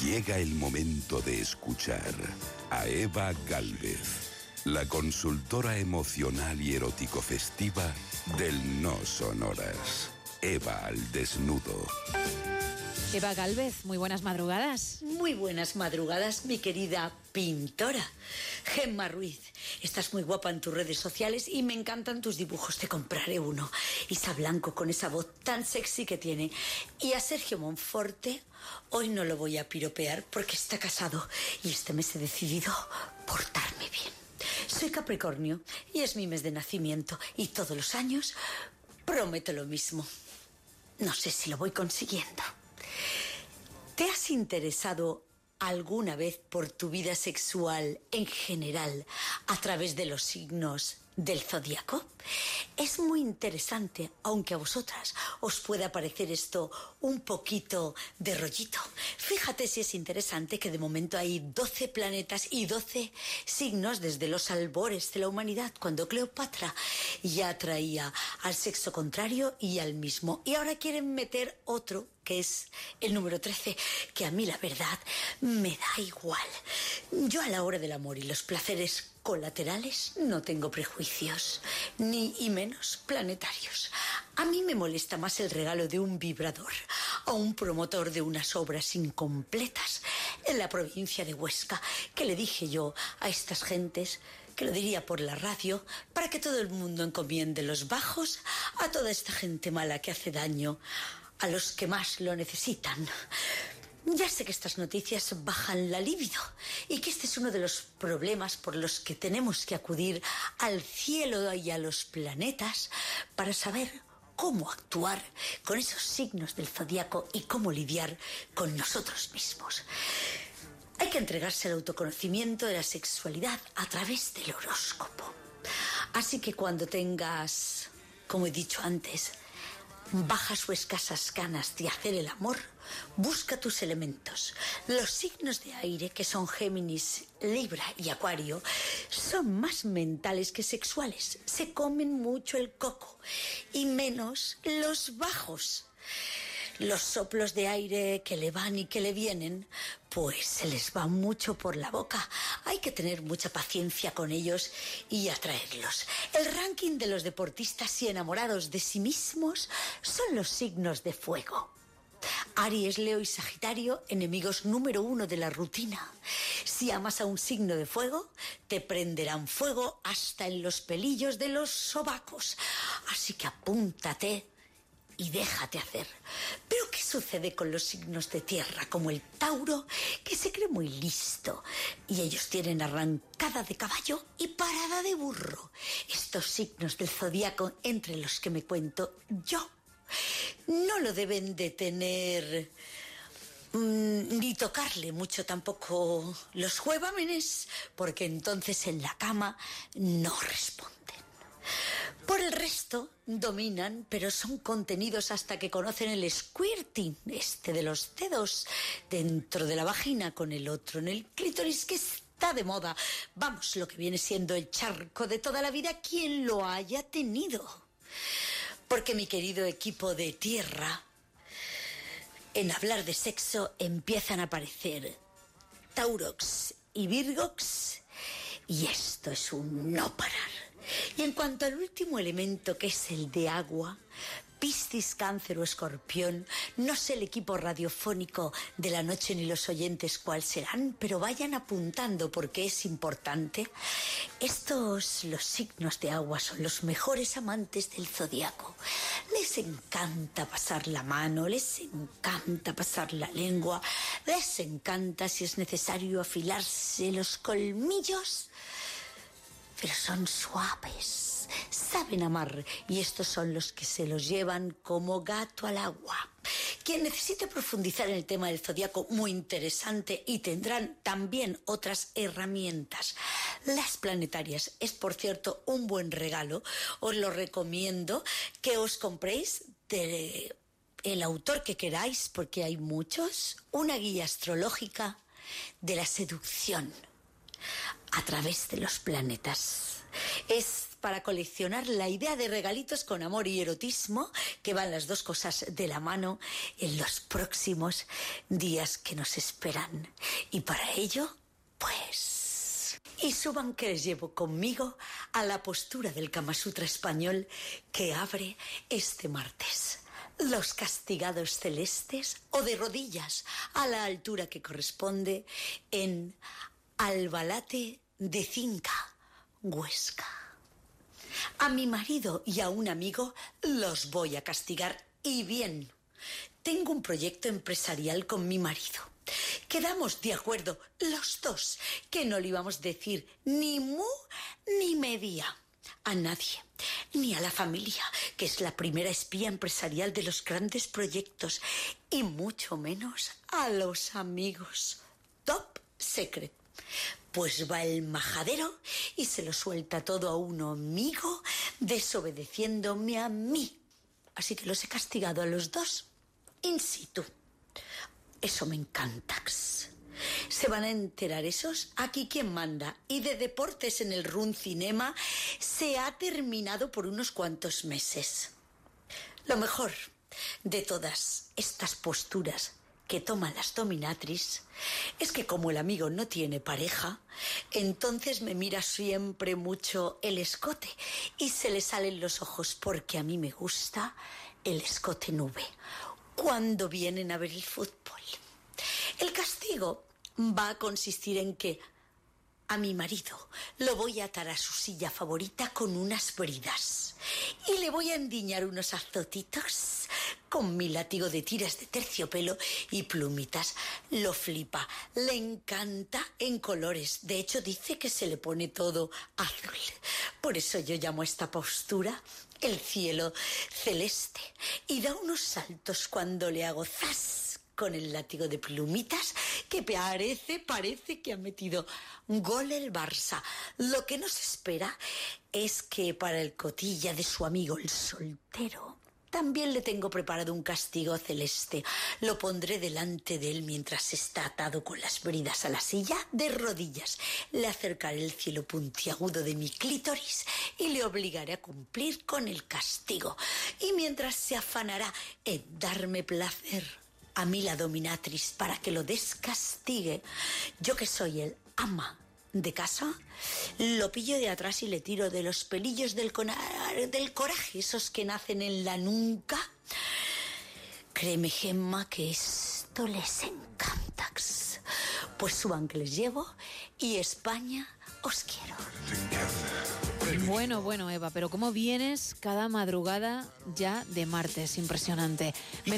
Llega el momento de escuchar a Eva Gálvez, la consultora emocional y erótico festiva del No Sonoras. Eva al desnudo. Eva Gálvez, muy buenas madrugadas. Muy buenas madrugadas, mi querida pintora. Gemma Ruiz, estás muy guapa en tus redes sociales y me encantan tus dibujos, te compraré uno. Isa Blanco con esa voz tan sexy que tiene. Y a Sergio Monforte, hoy no lo voy a piropear porque está casado y este mes he decidido portarme bien. Soy Capricornio y es mi mes de nacimiento y todos los años prometo lo mismo. No sé si lo voy consiguiendo. ¿Te has interesado alguna vez por tu vida sexual en general a través de los signos del zodiaco? Es muy interesante, aunque a vosotras os pueda parecer esto un poquito de rollito. Fíjate si es interesante que de momento hay 12 planetas y 12 signos desde los albores de la humanidad, cuando Cleopatra ya traía al sexo contrario y al mismo. Y ahora quieren meter otro, que es el número 13, que a mí la verdad me da igual. Yo a la hora del amor y los placeres colaterales no tengo prejuicios, ni y menos planetarios. A mí me molesta más el regalo de un vibrador a un promotor de unas obras incompletas en la provincia de Huesca, que le dije yo a estas gentes que lo diría por la radio, para que todo el mundo encomiende los bajos a toda esta gente mala que hace daño a los que más lo necesitan. Ya sé que estas noticias bajan la libido y que este es uno de los problemas por los que tenemos que acudir al cielo y a los planetas para saber cómo actuar con esos signos del zodiaco y cómo lidiar con nosotros mismos. Hay que entregarse al autoconocimiento de la sexualidad a través del horóscopo. Así que cuando tengas, como he dicho antes, bajas o escasas ganas de hacer el amor, busca tus elementos. Los signos de aire, que son Géminis, Libra y Acuario, son más mentales que sexuales. Se comen mucho el coco y menos los bajos. Los soplos de aire que le van y que le vienen, pues se les va mucho por la boca. Hay que tener mucha paciencia con ellos y atraerlos. El ranking de los deportistas y enamorados de sí mismos son los signos de fuego. Aries, Leo y Sagitario, enemigos número 1 de la rutina. Si amas a un signo de fuego, te prenderán fuego hasta en los pelillos de los sobacos. Así que apúntate y déjate hacer. Pero ¿qué sucede con los signos de tierra, como el Tauro, que se cree muy listo? Y ellos tienen arrancada de caballo y parada de burro. Estos signos del zodiaco, entre los que me cuento yo, no lo deben de tener ni tocarle mucho tampoco los juevámenes, porque entonces en la cama no responden. Por el resto, dominan, pero son contenidos hasta que conocen el squirting, de los dedos dentro de la vagina con el otro en el clítoris, que está de moda. Vamos, lo que viene siendo el charco de toda la vida, quien lo haya tenido. Porque mi querido equipo de tierra, en hablar de sexo empiezan a aparecer Taurox y Virgox, y esto es un no parar. Y en cuanto al último elemento, que es el de agua, Piscis, Cáncer o Escorpión, no sé el equipo radiofónico de la noche ni los oyentes cuál serán, pero vayan apuntando porque es importante. Los signos de agua son los mejores amantes del zodiaco. Les encanta pasar la mano, les encanta pasar la lengua, les encanta, si es necesario, afilarse los colmillos. Pero son suaves, saben amar, y estos son los que se los llevan como gato al agua. Quien necesite profundizar en el tema del zodiaco, muy interesante, y tendrán también otras herramientas. Las planetarias es, por cierto, un buen regalo. Os lo recomiendo que os compréis de el autor que queráis, porque hay muchos. Una guía astrológica de la seducción. a través de los planetas. Es para coleccionar la idea de regalitos con amor y erotismo, que van las dos cosas de la mano en los próximos días que nos esperan. Y para ello, pues... Y suban que les llevo conmigo a la postura del Kama Sutra español que abre este martes. Los castigados celestes o de rodillas a la altura que corresponde en Albalate de Cinca, Huesca. A mi marido y a un amigo los voy a castigar y bien. Tengo un proyecto empresarial con mi marido. Quedamos de acuerdo los dos que no le íbamos a decir ni mu ni media a nadie, ni a la familia, que es la primera espía empresarial de los grandes proyectos, y mucho menos a los amigos. Top secret. Pues va el majadero y se lo suelta todo a un amigo, desobedeciéndome a mí. Así que los he castigado a los dos in situ. Eso me encanta. Se van a enterar esos. Aquí quien manda. Y de deportes en el Run Cinema se ha terminado por unos cuantos meses. Lo mejor de todas estas posturas que toman las dominatriz es que como el amigo no tiene pareja, entonces me mira siempre mucho el escote y se le salen los ojos, porque a mí me gusta el escote nube cuando vienen a ver el fútbol. El castigo va a consistir en que a mi marido lo voy a atar a su silla favorita con unas bridas y le voy a endiñar unos azotitos con mi látigo de tiras de terciopelo y plumitas. Lo flipa, le encanta en colores. De hecho, dice que se le pone todo azul. Por eso yo llamo a esta postura el cielo celeste. Y da unos saltos cuando le hago zas con el látigo de plumitas, que parece que ha metido gol el Barça. Lo que nos espera es que para el cotilla de su amigo el soltero también le tengo preparado un castigo celeste. Lo pondré delante de él mientras está atado con las bridas a la silla, de rodillas. Le acercaré el cielo puntiagudo de mi clítoris y le obligaré a cumplir con el castigo. Y mientras se afanará en darme placer a mí, la dominatriz, para que lo descastigue, yo que soy el ama de casa, lo pillo de atrás y le tiro de los pelillos del coraje, esos que nacen en la nuca. Créeme, Gemma, que esto les encanta. Pues suban que les llevo y España os quiero. Bueno, Eva, pero ¿cómo vienes cada madrugada ya de martes? Impresionante.